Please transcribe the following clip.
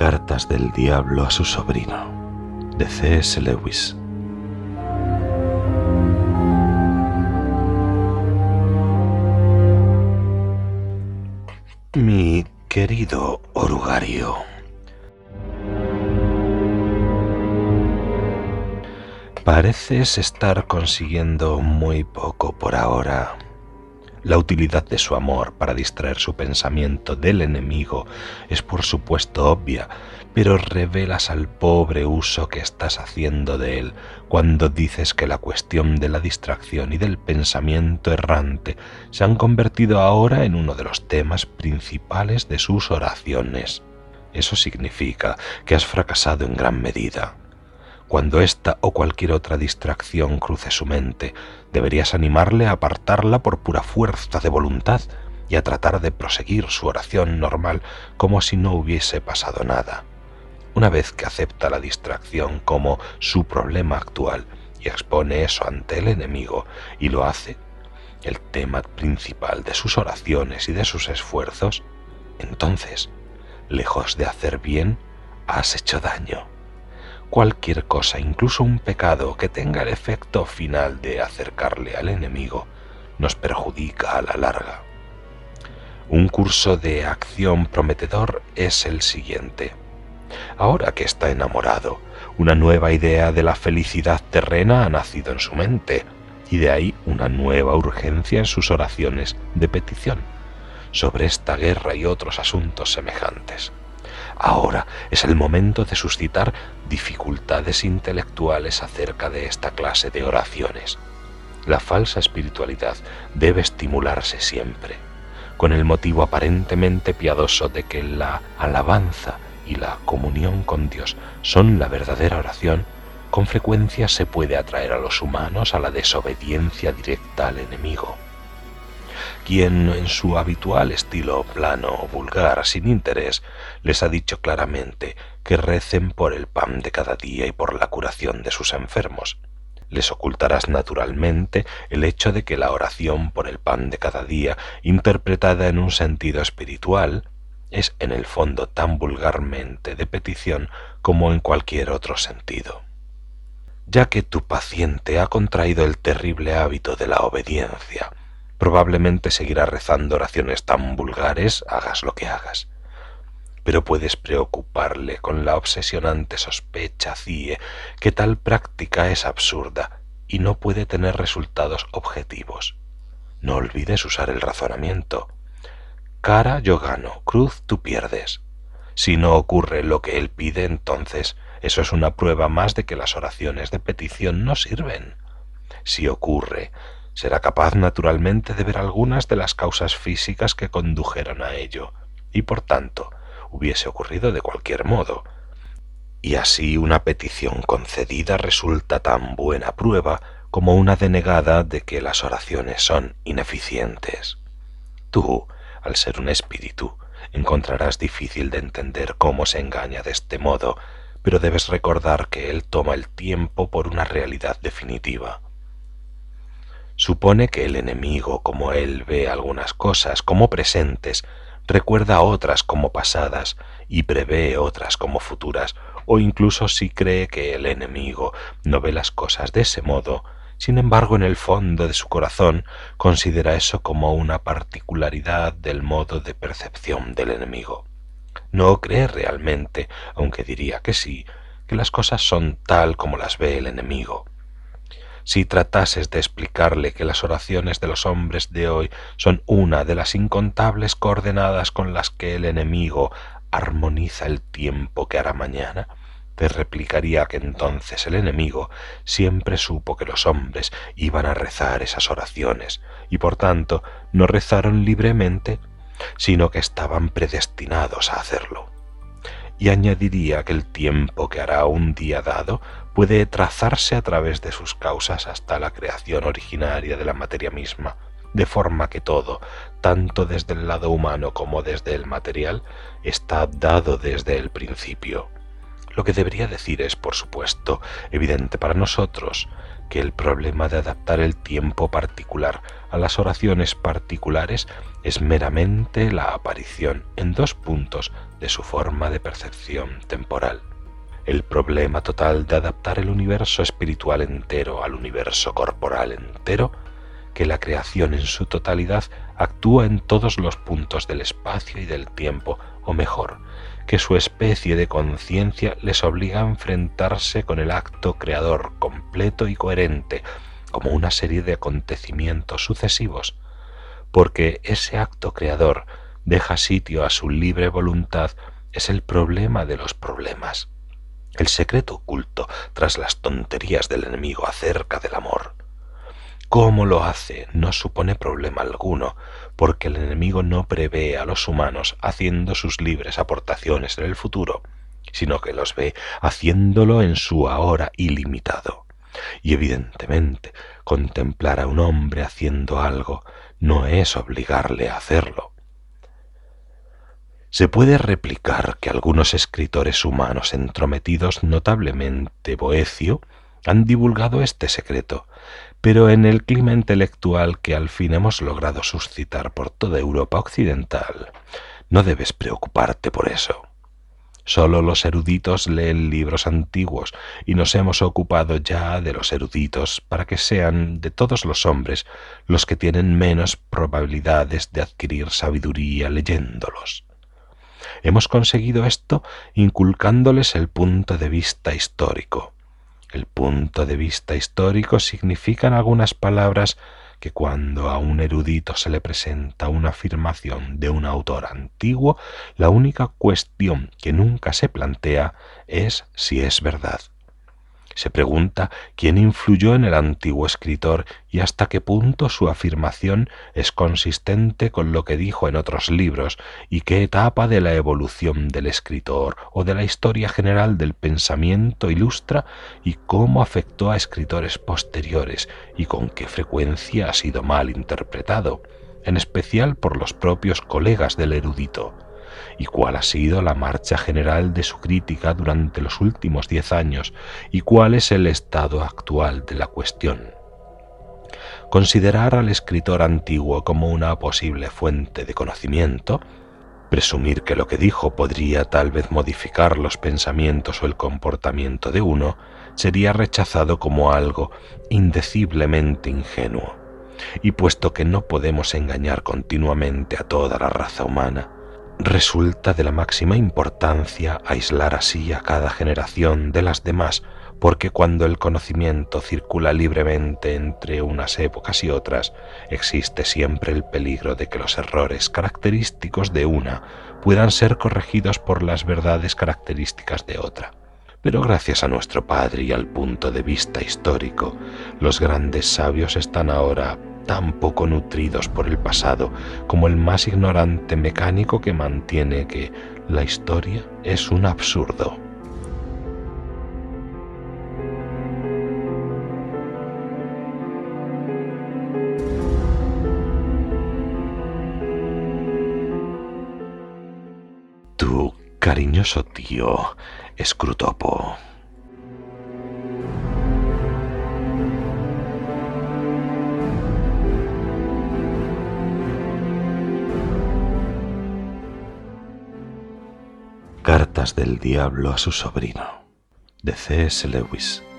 Cartas del diablo a su sobrino, de C.S. Lewis. Mi querido orugario, pareces estar consiguiendo muy poco por ahora. La utilidad de su amor para distraer su pensamiento del enemigo es por supuesto obvia, pero revelas al pobre uso que estás haciendo de él cuando dices que la cuestión de la distracción y del pensamiento errante se han convertido ahora en uno de los temas principales de sus oraciones. Eso significa que has fracasado en gran medida. Cuando esta o cualquier otra distracción cruce su mente, deberías animarle a apartarla por pura fuerza de voluntad y a tratar de proseguir su oración normal como si no hubiese pasado nada. Una vez que acepta la distracción como su problema actual y expone eso ante el enemigo, y lo hace el tema principal de sus oraciones y de sus esfuerzos, entonces, lejos de hacer bien, has hecho daño. Cualquier cosa, incluso un pecado que tenga el efecto final de acercarle al enemigo, nos perjudica a la larga. Un curso de acción prometedor es el siguiente. Ahora que está enamorado, una nueva idea de la felicidad terrena ha nacido en su mente, y de ahí una nueva urgencia en sus oraciones de petición sobre esta guerra y otros asuntos semejantes. Ahora es el momento de suscitar dificultades intelectuales acerca de esta clase de oraciones. La falsa espiritualidad debe estimularse siempre, con el motivo aparentemente piadoso de que la alabanza y la comunión con Dios son la verdadera oración. Con frecuencia se puede atraer a los humanos a la desobediencia directa al enemigo, quien en su habitual estilo plano, vulgar, sin interés, les ha dicho claramente que recen por el pan de cada día y por la curación de sus enfermos. Les ocultarás naturalmente el hecho de que la oración por el pan de cada día, interpretada en un sentido espiritual, es en el fondo tan vulgarmente de petición como en cualquier otro sentido. Ya que tu paciente ha contraído el terrible hábito de la obediencia, probablemente seguirá rezando oraciones tan vulgares, hagas lo que hagas. Pero puedes preocuparle con la obsesionante sospecha CIE que tal práctica es absurda y no puede tener resultados objetivos. No olvides usar el razonamiento. Cara yo gano, cruz tú pierdes. Si no ocurre lo que él pide, entonces eso es una prueba más de que las oraciones de petición no sirven. Si ocurre, será capaz naturalmente de ver algunas de las causas físicas que condujeron a ello, y por tanto hubiese ocurrido de cualquier modo. Y así una petición concedida resulta tan buena prueba como una denegada de que las oraciones son ineficientes. Tú, al ser un espíritu, encontrarás difícil de entender cómo se engaña de este modo, pero debes recordar que él toma el tiempo por una realidad definitiva. Supone que el enemigo, como él ve algunas cosas como presentes, recuerda otras como pasadas y prevé otras como futuras, o incluso si cree que el enemigo no ve las cosas de ese modo, sin embargo en el fondo de su corazón considera eso como una particularidad del modo de percepción del enemigo. No cree realmente, aunque diría que sí, que las cosas son tal como las ve el enemigo. Si tratases de explicarle que las oraciones de los hombres de hoy son una de las incontables coordenadas con las que el enemigo armoniza el tiempo que hará mañana, te replicaría que entonces el enemigo siempre supo que los hombres iban a rezar esas oraciones y por tanto no rezaron libremente, sino que estaban predestinados a hacerlo. Y añadiría que el tiempo que hará un día dado puede trazarse a través de sus causas hasta la creación originaria de la materia misma, de forma que todo, tanto desde el lado humano como desde el material, está dado desde el principio. Lo que debería decir es, por supuesto, evidente para nosotros, que el problema de adaptar el tiempo particular a las oraciones particulares es meramente la aparición en dos puntos de su forma de percepción temporal. El problema total de adaptar el universo espiritual entero al universo corporal entero, que la creación en su totalidad actúa en todos los puntos del espacio y del tiempo, o mejor, que su especie de conciencia les obliga a enfrentarse con el acto creador completo y coherente, como una serie de acontecimientos sucesivos, porque ese acto creador deja sitio a su libre voluntad, es el problema de los problemas, el secreto oculto tras las tonterías del enemigo acerca del amor. Cómo lo hace no supone problema alguno, porque el enemigo no prevé a los humanos haciendo sus libres aportaciones en el futuro, sino que los ve haciéndolo en su ahora ilimitado. Y evidentemente, contemplar a un hombre haciendo algo no es obligarle a hacerlo. Se puede replicar que algunos escritores humanos entrometidos, notablemente Boecio, han divulgado este secreto, pero en el clima intelectual que al fin hemos logrado suscitar por toda Europa occidental, no debes preocuparte por eso. Solo los eruditos leen libros antiguos y nos hemos ocupado ya de los eruditos para que sean de todos los hombres los que tienen menos probabilidades de adquirir sabiduría leyéndolos. Hemos conseguido esto inculcándoles el punto de vista histórico. El punto de vista histórico significan algunas palabras que cuando a un erudito se le presenta una afirmación de un autor antiguo, la única cuestión que nunca se plantea es si es verdad. Se pregunta quién influyó en el antiguo escritor y hasta qué punto su afirmación es consistente con lo que dijo en otros libros y qué etapa de la evolución del escritor o de la historia general del pensamiento ilustra y cómo afectó a escritores posteriores y con qué frecuencia ha sido mal interpretado, en especial por los propios colegas del erudito. Y cuál ha sido la marcha general de su crítica durante los últimos 10 años y cuál es el estado actual de la cuestión. Considerar al escritor antiguo como una posible fuente de conocimiento, presumir que lo que dijo podría tal vez modificar los pensamientos o el comportamiento de uno, sería rechazado como algo indeciblemente ingenuo. Y puesto que no podemos engañar continuamente a toda la raza humana, resulta de la máxima importancia aislar así a cada generación de las demás, porque cuando el conocimiento circula libremente entre unas épocas y otras, existe siempre el peligro de que los errores característicos de una puedan ser corregidos por las verdades características de otra. Pero gracias a nuestro Padre y al punto de vista histórico, los grandes sabios están ahora tan poco nutridos por el pasado como el más ignorante mecánico que mantiene que la historia es un absurdo. Tu cariñoso tío Scrutopo. Cartas del diablo a su sobrino, de C.S. Lewis.